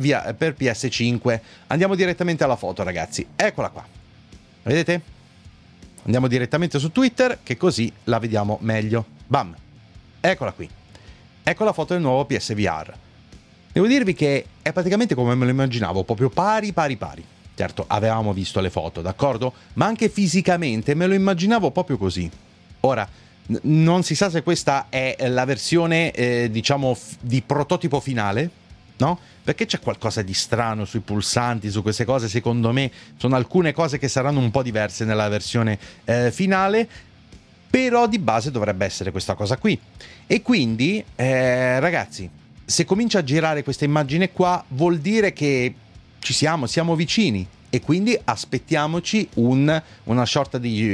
PS5. Andiamo direttamente alla foto ragazzi, eccola qua, vedete? Andiamo direttamente su Twitter che così la vediamo meglio. Bam, eccola qui. Ecco la foto del nuovo PSVR. Devo dirvi che è praticamente come me lo immaginavo, proprio pari. Certo, avevamo visto le foto, d'accordo? Ma anche fisicamente me lo immaginavo proprio così. Ora, non si sa se questa è la versione, diciamo, di prototipo finale, no? Perché c'è qualcosa di strano sui pulsanti, su queste cose, secondo me sono alcune cose che saranno un po' diverse nella versione finale, però di base dovrebbe essere questa cosa qui. E quindi ragazzi, se comincia a girare questa immagine qua vuol dire che siamo vicini, e quindi aspettiamoci una sorta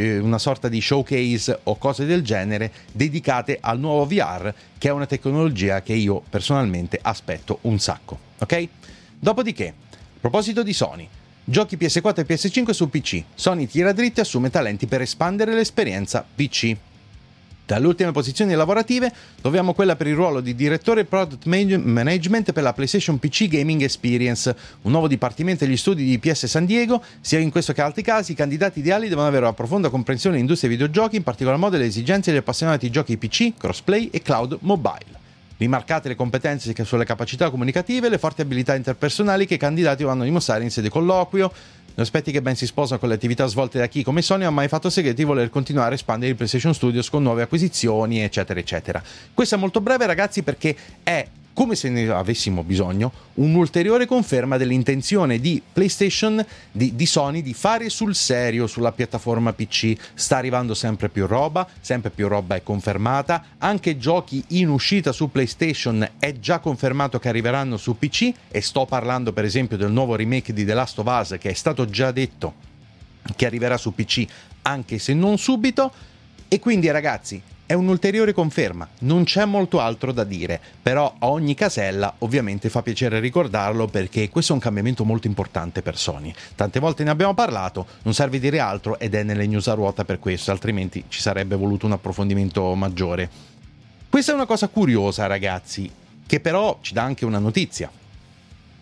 di showcase o cose del genere dedicate al nuovo VR, che è una tecnologia che io personalmente aspetto un sacco, ok? Dopodiché, a proposito di Sony, giochi PS4 e PS5 su PC. Sony tira dritti e assume talenti per espandere l'esperienza PC. Dalle ultime posizioni lavorative troviamo quella per il ruolo di direttore Product Management per la PlayStation PC Gaming Experience, un nuovo dipartimento degli studi di PS San Diego. Sia in questo che altri casi, i candidati ideali devono avere una profonda comprensione dell'industria dei videogiochi, in particolar modo delle esigenze degli appassionati di giochi PC, crossplay e cloud mobile. Rimarcate le competenze sulle capacità comunicative e le forti abilità interpersonali che i candidati vanno a dimostrare in sede colloquio, aspetti che ben si sposano con le attività svolte da chi come Sony ha mai fatto segreto di voler continuare a espandere il PlayStation Studios con nuove acquisizioni, eccetera eccetera. Questo è molto breve ragazzi, perché è, come se ne avessimo bisogno, un'ulteriore conferma dell'intenzione di PlayStation, di Sony, di fare sul serio sulla piattaforma PC. Sta arrivando sempre più roba è confermata, anche giochi in uscita su PlayStation è già confermato che arriveranno su PC, e sto parlando per esempio del nuovo remake di The Last of Us, che è stato già detto che arriverà su PC, anche se non subito. E quindi ragazzi, è un'ulteriore conferma, non c'è molto altro da dire, però a ogni casella ovviamente fa piacere ricordarlo, perché questo è un cambiamento molto importante per Sony. Tante volte ne abbiamo parlato, non serve dire altro, ed è nelle news a ruota per questo, altrimenti ci sarebbe voluto un approfondimento maggiore. Questa è una cosa curiosa ragazzi, che però ci dà anche una notizia.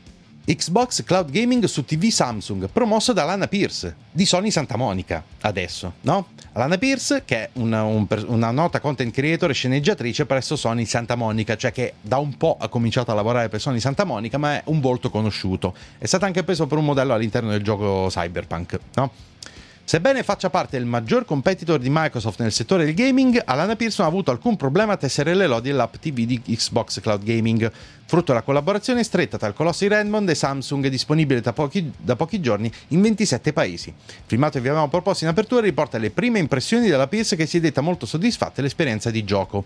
Xbox Cloud Gaming su TV Samsung, promosso da Lana Pierce di Sony Santa Monica, adesso, no? Lana Pierce, che è una nota content creator e sceneggiatrice presso Sony Santa Monica, cioè che da un po' ha cominciato a lavorare per Sony Santa Monica, ma è un volto conosciuto. È stata anche preso per un modello all'interno del gioco Cyberpunk, no? Sebbene faccia parte del maggior competitor di Microsoft nel settore del gaming, Alana Pierce non ha avuto alcun problema a tessere le lodi dell'app TV di Xbox Cloud Gaming, frutto della collaborazione stretta tra il colosso di Redmond e Samsung, disponibile da pochi giorni in 27 paesi. Il filmato che vi avevamo proposto in apertura riporta le prime impressioni della Pierce, che si è detta molto soddisfatta dell'esperienza di gioco.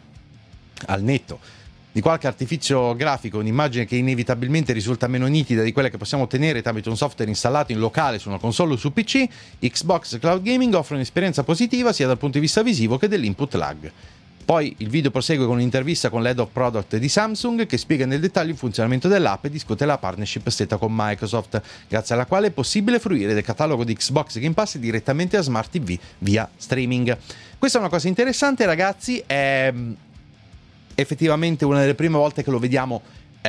Al netto di qualche artificio grafico, un'immagine che inevitabilmente risulta meno nitida di quella che possiamo ottenere tramite un software installato in locale su una console o su PC, Xbox Cloud Gaming offre un'esperienza positiva sia dal punto di vista visivo che dell'input lag. Poi il video prosegue con un'intervista con l'head of product di Samsung, che spiega nel dettaglio il funzionamento dell'app e discute la partnership stretta con Microsoft, grazie alla quale è possibile fruire del catalogo di Xbox Game Pass direttamente a Smart TV via streaming. Questa è una cosa interessante, ragazzi, è effettivamente una delle prime volte che lo vediamo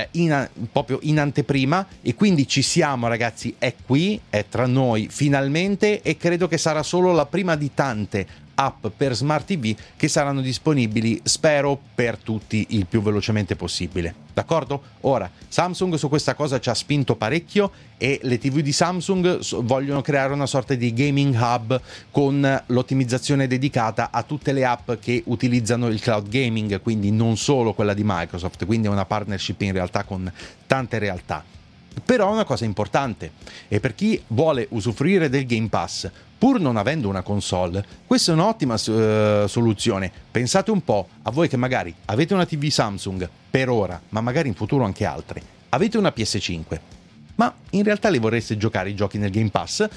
proprio in anteprima, e quindi ci siamo, ragazzi, è qui, è tra noi finalmente, e credo che sarà solo la prima di tante app per Smart TV che saranno disponibili, spero, per tutti il più velocemente possibile. D'accordo? Ora, Samsung su questa cosa ci ha spinto parecchio, e le TV di Samsung vogliono creare una sorta di gaming hub con l'ottimizzazione dedicata a tutte le app che utilizzano il cloud gaming, quindi non solo quella di Microsoft, quindi è una partnership in realtà con tante realtà. Però è una cosa importante, e per chi vuole usufruire del Game Pass pur non avendo una console, questa è un'ottima soluzione. Pensate un po' a voi che magari avete una TV Samsung per ora, ma magari in futuro anche altre, avete una PS5, ma in realtà li vorreste giocare i giochi nel Game Pass,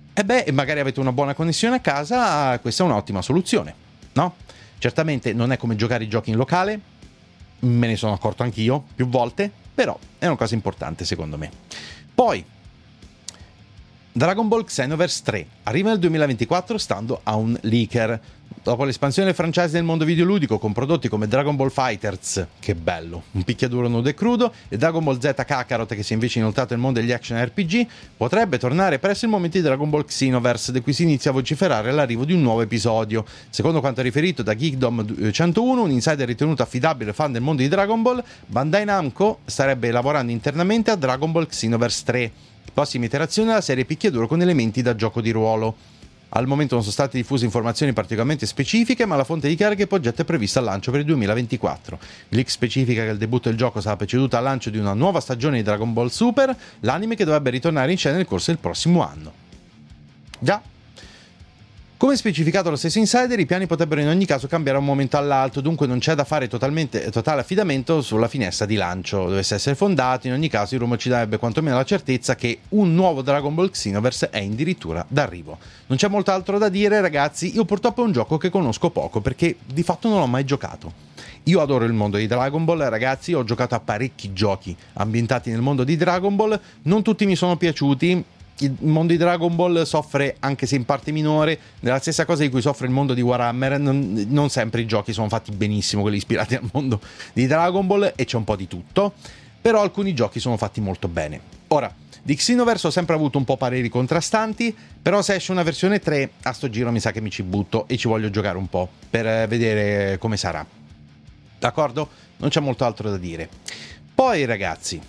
e magari avete una buona connessione a casa, questa è un'ottima soluzione, no? Certamente non è come giocare i giochi in locale, me ne sono accorto anch'io più volte, però è una cosa importante secondo me. Poi Dragon Ball Xenoverse 3 arriva nel 2024 stando a un leaker. Dopo l'espansione del franchise nel mondo videoludico con prodotti come Dragon Ball FighterZ, che bello, un picchiaduro nudo e crudo, e Dragon Ball Z Kakarot, che si è invece inoltrato nel mondo degli action RPG, potrebbe tornare presso il momento di Dragon Ball Xenoverse, da cui si inizia a vociferare l'arrivo di un nuovo episodio. Secondo quanto riferito da Geekdom 101, un insider ritenuto affidabile fan del mondo di Dragon Ball, Bandai Namco starebbe lavorando internamente a Dragon Ball Xenoverse 3, prossima iterazione della serie picchiaduro con elementi da gioco di ruolo. Al momento non sono state diffuse informazioni particolarmente specifiche, ma la fonte dichiara che il progetto è previsto al lancio per il 2024. Il leak specifica che il debutto del gioco sarà preceduto al lancio di una nuova stagione di Dragon Ball Super, l'anime che dovrebbe ritornare in scena nel corso del prossimo anno. Già. Come specificato dallo stesso insider, i piani potrebbero in ogni caso cambiare da un momento all'altro, dunque non c'è da fare totale affidamento sulla finestra di lancio. Dovesse essere fondato, in ogni caso il rumor ci darebbe quantomeno la certezza che un nuovo Dragon Ball Xenoverse è addirittura d'arrivo. Non c'è molto altro da dire, ragazzi. Io purtroppo è un gioco che conosco poco, perché di fatto non l'ho mai giocato. Io adoro il mondo di Dragon Ball, ragazzi, ho giocato a parecchi giochi ambientati nel mondo di Dragon Ball, non tutti mi sono piaciuti. Il mondo di Dragon Ball soffre, anche se in parte minore, della stessa cosa di cui soffre il mondo di Warhammer. Non sempre i giochi sono fatti benissimo, quelli ispirati al mondo di Dragon Ball, e c'è un po' di tutto, però alcuni giochi sono fatti molto bene. Ora, di Xenoverse ho sempre avuto un po' pareri contrastanti, però se esce una versione 3 a sto giro mi sa che mi ci butto e ci voglio giocare un po' per vedere come sarà. D'accordo? Non c'è molto altro da dire. Poi, ragazzi,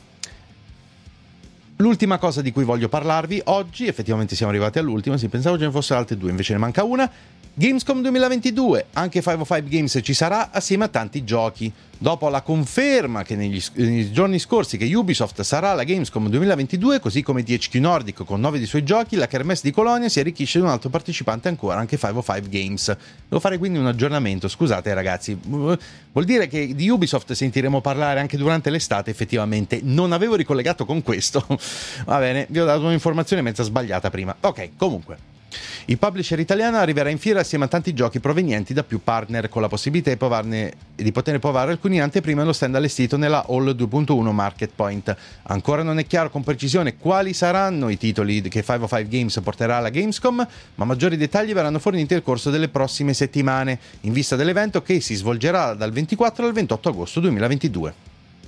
l'ultima cosa di cui voglio parlarvi oggi, effettivamente siamo arrivati all'ultima, sì, pensavo ce ne fossero altre due, invece ne manca una. Gamescom 2022, anche 505 Games ci sarà assieme a tanti giochi. Dopo la conferma che negli giorni scorsi che Ubisoft sarà alla Gamescom 2022, così come THQ Nordic con 9 dei suoi giochi, la Kermesse di Colonia si arricchisce di un altro partecipante ancora, anche 505 Games. Devo fare quindi un aggiornamento, scusate ragazzi, vuol dire che di Ubisoft sentiremo parlare anche durante l'estate, effettivamente. Non avevo ricollegato con questo, va bene, vi ho dato un'informazione mezza sbagliata prima. Ok, comunque. Il publisher italiano arriverà in fiera assieme a tanti giochi provenienti da più partner, con la possibilità di poter provare alcuni in anteprima nello stand allestito nella Hall 2.1 Market Point. Ancora non è chiaro con precisione quali saranno i titoli che 505 Games porterà alla Gamescom, ma maggiori dettagli verranno forniti nel corso delle prossime settimane, in vista dell'evento che si svolgerà dal 24 al 28 agosto 2022.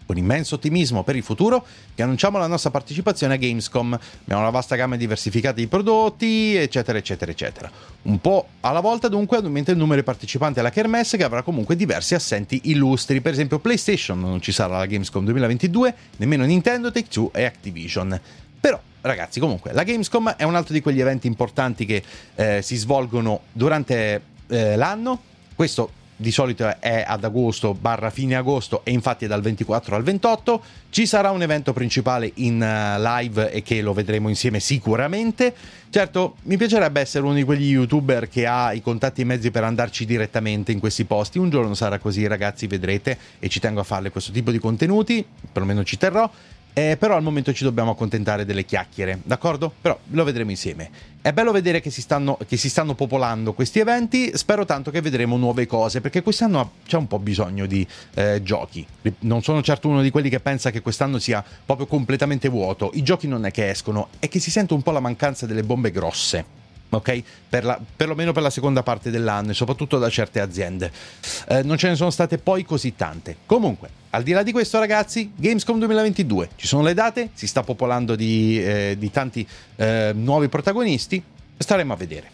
con immenso ottimismo per il futuro che annunciamo la nostra partecipazione a Gamescom. Abbiamo una vasta gamma diversificata di prodotti, eccetera, eccetera, eccetera. Un po' alla volta dunque aumenta il numero di partecipanti alla Kermesse, che avrà comunque diversi assenti illustri. Per esempio PlayStation non ci sarà alla Gamescom 2022, nemmeno Nintendo, Take-Two e Activision. Però ragazzi, comunque la Gamescom è un altro di quegli eventi importanti che si svolgono durante l'anno. Questo di solito è ad agosto / fine agosto, e infatti è dal 24 al 28. Ci sarà un evento principale in live e che lo vedremo insieme sicuramente. Certo, mi piacerebbe essere uno di quegli youtuber che ha i contatti e i mezzi per andarci direttamente in questi posti. Un giorno sarà così, ragazzi, vedrete, e ci tengo a farle questo tipo di contenuti, perlomeno ci terrò. Però al momento ci dobbiamo accontentare delle chiacchiere, d'accordo? Però lo vedremo insieme. È bello vedere che si stanno popolando questi eventi. Spero tanto che vedremo nuove cose, perché quest'anno c'è un po' bisogno di giochi. Non sono certo uno di quelli che pensa che quest'anno sia proprio completamente vuoto. I giochi non è che escono, è che si sente un po' la mancanza delle bombe grosse, ok? Perlomeno per la seconda parte dell'anno, e soprattutto da certe aziende. Non ce ne sono state poi così tante. Comunque, al di là di questo, ragazzi, Gamescom 2022, ci sono le date, si sta popolando di tanti nuovi protagonisti, staremo a vedere.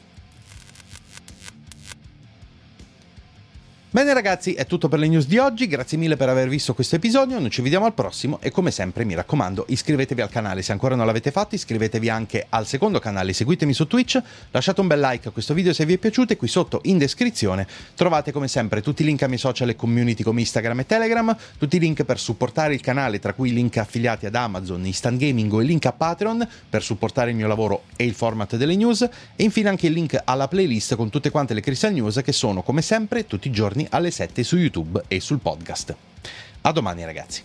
Bene ragazzi, è tutto per le news di oggi, grazie mille per aver visto questo episodio, noi ci vediamo al prossimo e come sempre mi raccomando iscrivetevi al canale se ancora non l'avete fatto, iscrivetevi anche al secondo canale, seguitemi su Twitch, lasciate un bel like a questo video se vi è piaciuto e qui sotto in descrizione trovate come sempre tutti i link ai miei social e community come Instagram e Telegram, tutti i link per supportare il canale, tra cui i link affiliati ad Amazon, Instant Gaming o il link a Patreon per supportare il mio lavoro e il format delle news, e infine anche il link alla playlist con tutte quante le Crystal News che sono come sempre tutti i giorni alle 7 su YouTube e sul podcast. A domani ragazzi.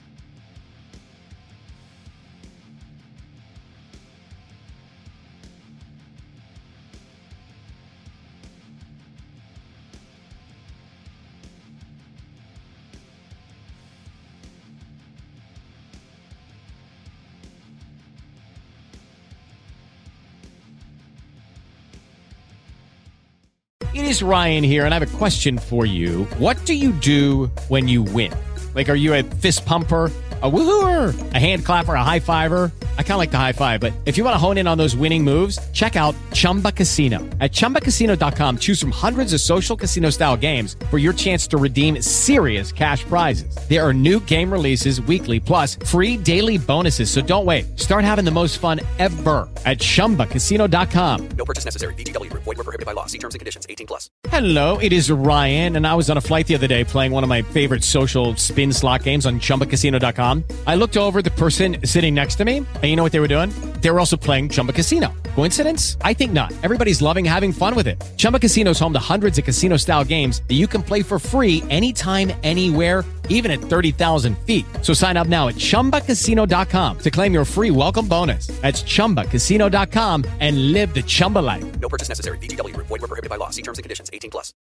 It is Ryan here, and I have a question for you. What do you do when you win? Like, are you a fist pumper, a woohooer, a hand clapper, a high fiver? I kind of like the high five, but if you want to hone in on those winning moves, check out Chumba Casino. At ChumbaCasino.com, choose from hundreds of social casino-style games for your chance to redeem serious cash prizes. There are new game releases weekly, plus free daily bonuses, so don't wait. Start having the most fun ever at ChumbaCasino.com. No purchase necessary. VGW. Void where prohibited by law. See terms and conditions. 18+. Hello, it is Ryan, and I was on a flight the other day playing one of my favorite social spin slot games on ChumbaCasino.com. I looked over at the person sitting next to me, and you know what they were doing? They were also playing Chumba Casino. Coincidence? I think not. Everybody's loving having fun with it. Chumba Casino is home to hundreds of casino-style games that you can play for free anytime, anywhere, even at 30,000 feet. So sign up now at ChumbaCasino.com to claim your free welcome bonus. That's ChumbaCasino.com and live the Chumba life. No purchase necessary. VGW. Void where prohibited by law. See terms and conditions. 18+.